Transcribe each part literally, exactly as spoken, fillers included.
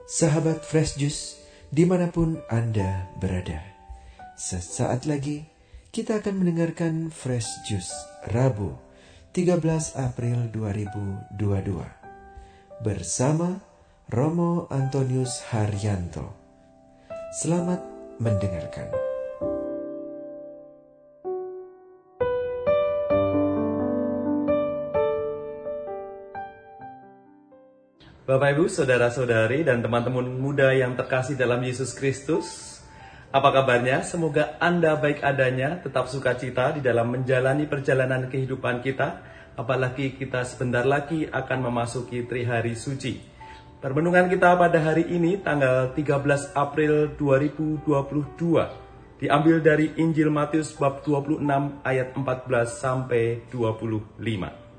Sahabat Fresh Juice, dimanapun Anda berada, sesaat lagi kita akan mendengarkan Fresh Juice Rabu tiga belas April dua ribu dua puluh dua bersama Romo Antonius Haryanto. Selamat mendengarkan. Bapak Ibu, Saudara-saudari, dan teman-teman muda yang terkasih dalam Yesus Kristus, apa kabarnya? Semoga Anda baik adanya, tetap sukacita di dalam menjalani perjalanan kehidupan kita, apalagi kita sebentar lagi akan memasuki Trihari Suci. Permenungan kita pada hari ini, tanggal tiga belas April dua ribu dua puluh dua, diambil dari Injil Matius bab dua puluh enam ayat empat belas sampai dua puluh lima.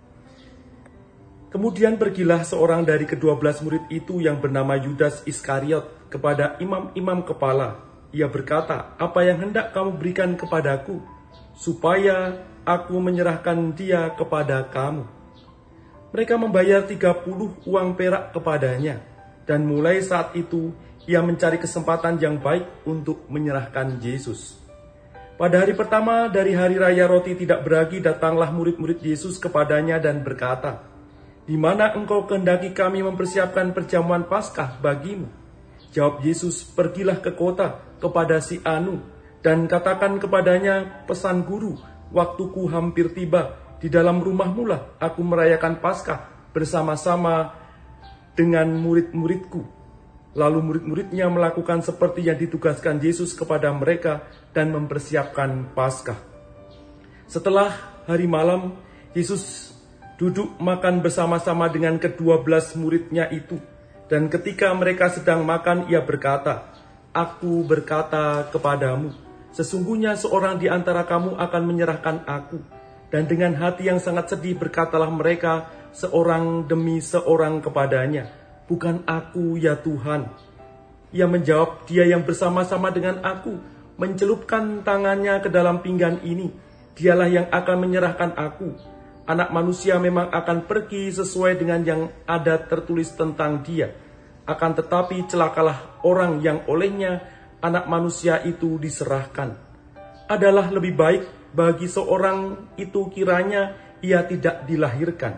Kemudian pergilah seorang dari kedua belas murid itu yang bernama Yudas Iskariot kepada imam-imam kepala. Ia berkata, "Apa yang hendak kamu berikan kepadaku, supaya aku menyerahkan dia kepada kamu?" Mereka membayar tiga puluh uang perak kepadanya, dan mulai saat itu ia mencari kesempatan yang baik untuk menyerahkan Yesus. Pada hari pertama dari hari raya roti tidak beragi, datanglah murid-murid Yesus kepadanya dan berkata, "Di mana engkau kehendaki kami mempersiapkan perjamuan Paskah bagimu?" Jawab Yesus, "Pergilah ke kota kepada si Anu dan katakan kepadanya, pesan guru, waktuku hampir tiba. Di dalam rumahmu lah aku merayakan Paskah bersama-sama dengan murid-muridku." Lalu murid-muridnya melakukan seperti yang ditugaskan Yesus kepada mereka dan mempersiapkan Paskah. Setelah hari malam, Yesus duduk makan bersama-sama dengan kedua belas muridnya itu. Dan ketika mereka sedang makan, ia berkata, "Aku berkata kepadamu, sesungguhnya seorang di antara kamu akan menyerahkan aku." Dan dengan hati yang sangat sedih berkatalah mereka seorang demi seorang kepadanya, "Bukan aku ya Tuhan." Ia menjawab, "Dia yang bersama-sama dengan aku mencelupkan tangannya ke dalam pinggan ini, dialah yang akan menyerahkan aku. Anak manusia memang akan pergi sesuai dengan yang ada tertulis tentang dia. Akan tetapi celakalah orang yang olehnya anak manusia itu diserahkan. Adalah lebih baik bagi seorang itu kiranya ia tidak dilahirkan."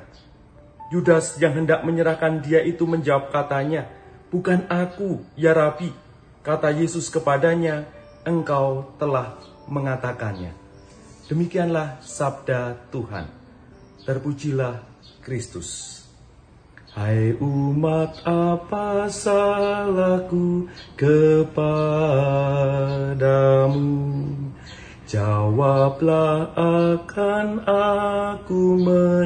Yudas yang hendak menyerahkan dia itu menjawab katanya, "Bukan aku, ya Rabi." Kata Yesus kepadanya, "Engkau telah mengatakannya." Demikianlah sabda Tuhan. Terpujilah Kristus. Hai umat, apa salahku kepadamu? Jawablah, akan aku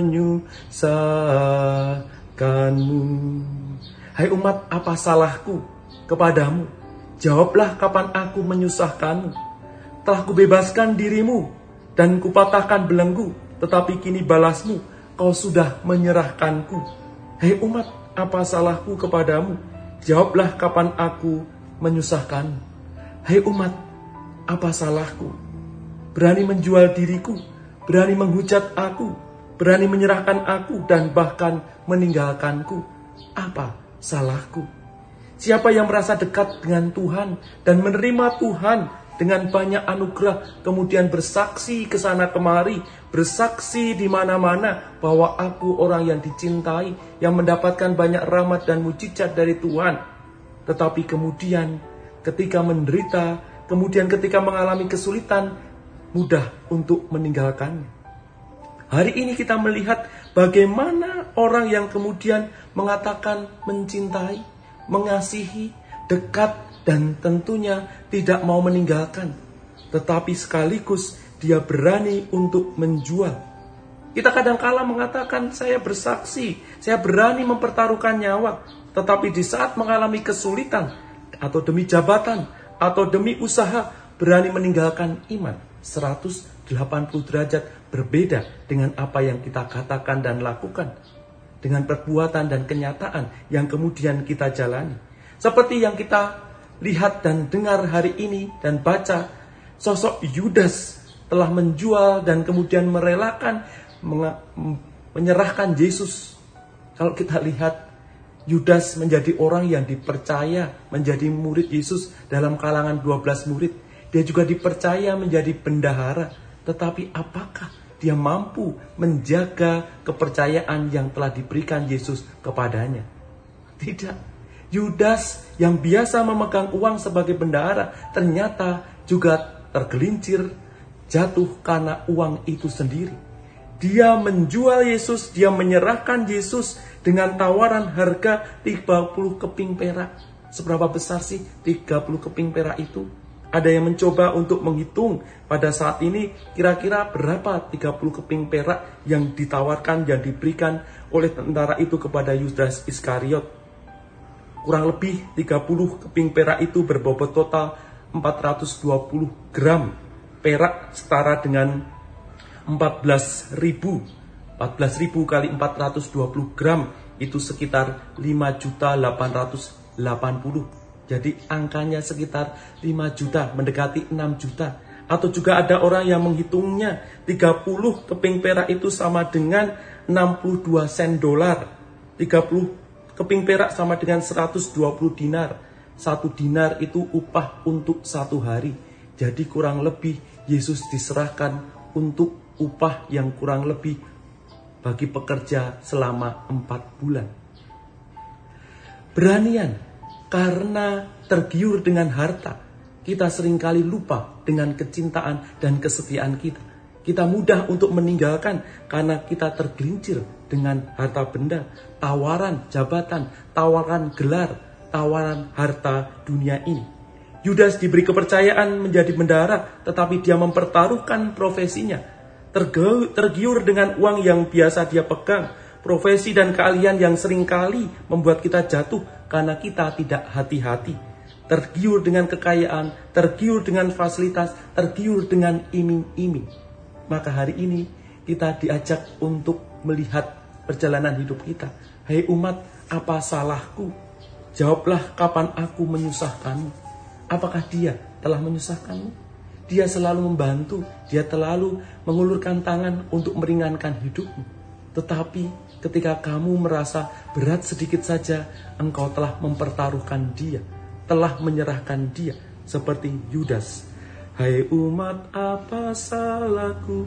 menyusahkanmu. Hai umat, apa salahku kepadamu? Jawablah, kapan aku menyusahkanmu? Telah kubebaskan dirimu dan kupatahkan belenggu, tetapi kini balasmu, kau sudah menyerahkanku. Hei umat, apa salahku kepadamu? Jawablah, kapan aku menyusahkanmu? Hei umat, apa salahku? Berani menjual diriku, berani menghujat aku, berani menyerahkan aku, dan bahkan meninggalkanku. Apa salahku? Siapa yang merasa dekat dengan Tuhan dan menerima Tuhan dengan banyak anugerah, kemudian bersaksi ke sana kemari, bersaksi di mana-mana bahwa aku orang yang dicintai, yang mendapatkan banyak rahmat dan mujizat dari Tuhan. Tetapi kemudian ketika menderita, kemudian ketika mengalami kesulitan, mudah untuk meninggalkannya. Hari ini kita melihat bagaimana orang yang kemudian mengatakan mencintai, mengasihi, dekat, dan tentunya tidak mau meninggalkan, tetapi sekaligus dia berani untuk menjual. Kita kadang-kala mengatakan, saya bersaksi, saya berani mempertaruhkan nyawa, tetapi di saat mengalami kesulitan, atau demi jabatan, atau demi usaha, berani meninggalkan iman. seratus delapan puluh derajat berbeda dengan apa yang kita katakan dan lakukan, dengan perbuatan dan kenyataan yang kemudian kita jalani. Seperti yang kita lihat dan dengar hari ini dan baca, sosok Yudas telah menjual dan kemudian merelakan menyerahkan Yesus. Kalau kita lihat, Yudas menjadi orang yang dipercaya menjadi murid Yesus dalam kalangan dua belas murid. Dia juga dipercaya menjadi bendahara. Tetapi apakah dia mampu menjaga kepercayaan yang telah diberikan Yesus kepadanya? Tidak. Yudas yang biasa memegang uang sebagai bendahara ternyata juga tergelincir jatuh karena uang itu sendiri. Dia menjual Yesus, dia menyerahkan Yesus dengan tawaran harga tiga puluh keping perak. Seberapa besar sih tiga puluh keping perak itu? Ada yang mencoba untuk menghitung pada saat ini kira-kira berapa tiga puluh keping perak yang ditawarkan, yang diberikan oleh tentara itu kepada Yudas Iskariot. Kurang lebih tiga puluh keping perak itu berbobot total empat ratus dua puluh gram perak, setara dengan empat belas ribu. empat belas ribu kali empat ratus dua puluh gram itu sekitar lima juta delapan ratus delapan puluh. Jadi angkanya sekitar lima juta, mendekati enam juta. Atau juga ada orang yang menghitungnya tiga puluh keping perak itu sama dengan enam puluh dua sen dolar. tiga puluh keping perak sama dengan seratus dua puluh dinar. Satu dinar itu upah untuk satu hari. Jadi kurang lebih Yesus diserahkan untuk upah yang kurang lebih bagi pekerja selama empat bulan. Beranian, karena tergiur dengan harta, kita seringkali lupa dengan kecintaan dan kesetiaan kita. Kita mudah untuk meninggalkan karena kita tergelincir dengan harta benda, tawaran jabatan, tawaran gelar, tawaran harta dunia ini. Yudas diberi kepercayaan menjadi bendahara, tetapi dia mempertaruhkan profesinya. Tergiur dengan uang yang biasa dia pegang, profesi dan keahlian yang seringkali membuat kita jatuh karena kita tidak hati-hati. Tergiur dengan kekayaan, tergiur dengan fasilitas, tergiur dengan iming-iming. Maka hari ini kita diajak untuk melihat perjalanan hidup kita. Hai umat, apa salahku? Jawablah, kapan aku menyusahkanmu? Apakah dia telah menyusahkanmu? Dia selalu membantu, dia selalu mengulurkan tangan untuk meringankan hidupmu. Tetapi ketika kamu merasa berat sedikit saja, engkau telah mempertaruhkan dia, telah menyerahkan dia, seperti Yudas. Hai umat, apa salahku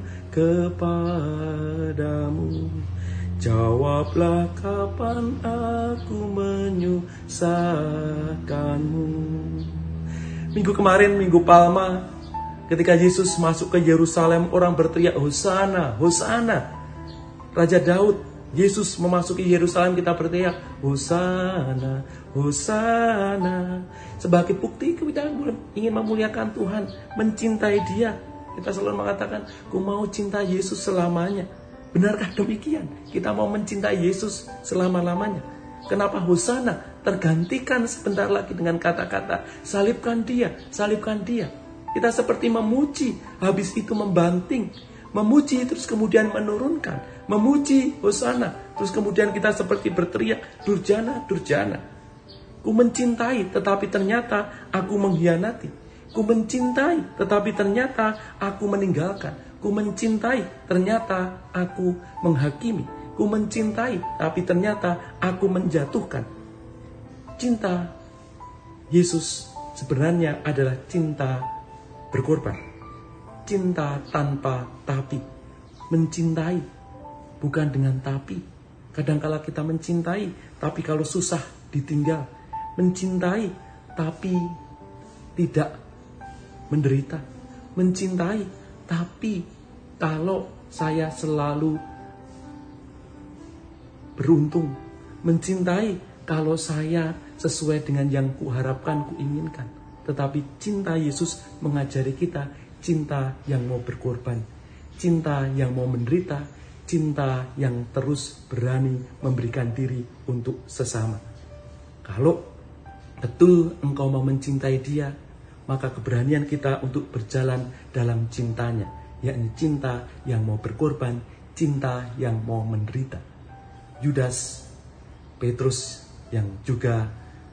kepadamu? Jawablah, kapan aku menyusahkanmu? Minggu kemarin, Minggu Palma, ketika Yesus masuk ke Yerusalem, orang berteriak, Hosana, Hosana. Raja Daud, Yesus memasuki Yerusalem, kita berteriak, Hosana, Hosana. Sebagai bukti kita ingin memuliakan Tuhan, mencintai Dia. Kita selalu mengatakan, aku mau cinta Yesus selamanya. Benarkah demikian? Kita mau mencintai Yesus selama-lamanya. Kenapa Hosana tergantikan sebentar lagi dengan kata-kata, salibkan Dia, salibkan Dia. Kita seperti memuji, habis itu membanting. Memuji terus kemudian menurunkan. Memuji, Hosana. Terus kemudian kita seperti berteriak, Durjana, Durjana. Ku mencintai, tetapi ternyata aku mengkhianati. Ku mencintai, tetapi ternyata aku meninggalkan. Ku mencintai, ternyata aku menghakimi. Ku mencintai, tapi ternyata aku menjatuhkan. Cinta Yesus sebenarnya adalah cinta berkorban. Cinta tanpa tapi. Mencintai bukan dengan tapi. Kadangkala kita mencintai, tapi kalau susah ditinggal. Mencintai tapi tidak menderita. Mencintai tapi kalau saya selalu beruntung. Mencintai kalau saya sesuai dengan yang kuharapkan, kuinginkan. Tetapi cinta Yesus mengajari kita cinta yang mau berkorban, cinta yang mau menderita, cinta yang terus berani memberikan diri untuk sesama. Kalau betul engkau mau mencintai Dia, maka keberanian kita untuk berjalan dalam cintanya, yakni cinta yang mau berkorban, cinta yang mau menderita. Yudas, Petrus yang juga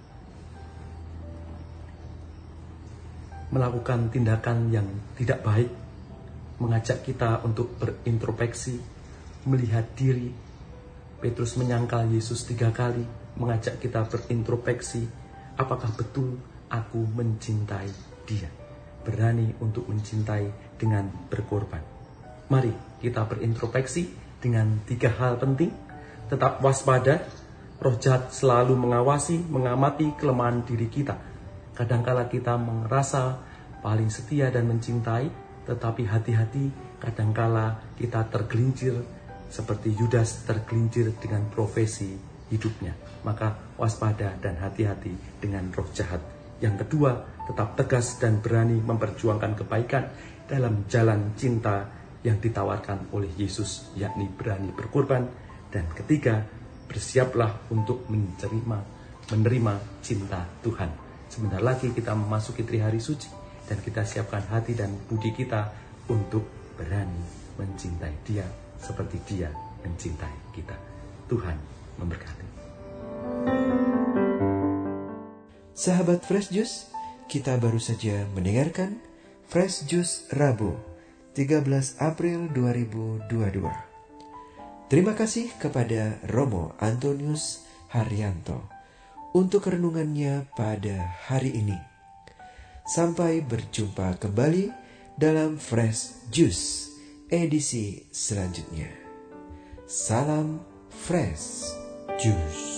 melakukan tindakan yang tidak baik, mengajak kita untuk berintrospeksi, melihat diri. Petrus menyangkal Yesus tiga kali, mengajak kita berintrospeksi, apakah betul aku mencintai Dia? Berani untuk mencintai dengan berkorban. Mari kita berintrospeksi dengan tiga hal penting. Tetap waspada, roh jahat selalu mengawasi, mengamati kelemahan diri kita. Kadangkala kita merasa paling setia dan mencintai, tetapi hati-hati, kadangkala kita tergelincir seperti Yudas tergelincir dengan profesi hidupnya. Maka waspada dan hati-hati dengan roh jahat. Yang kedua, tetap tegas dan berani memperjuangkan kebaikan dalam jalan cinta yang ditawarkan oleh Yesus, yakni berani berkorban. Dan ketiga, bersiaplah untuk menerima, menerima cinta Tuhan. Sebentar lagi kita memasuki Trihari Suci, dan kita siapkan hati dan budi kita untuk berani mencintai Dia seperti Dia mencintai kita. Tuhan memberkati. Sahabat Fresh Juice, kita baru saja mendengarkan Fresh Juice Rabu, tiga belas April dua ribu dua puluh dua. Terima kasih kepada Romo Antonius Haryanto untuk renungannya pada hari ini. Sampai berjumpa kembali dalam Fresh Juice edisi selanjutnya. Salam Fresh Juice.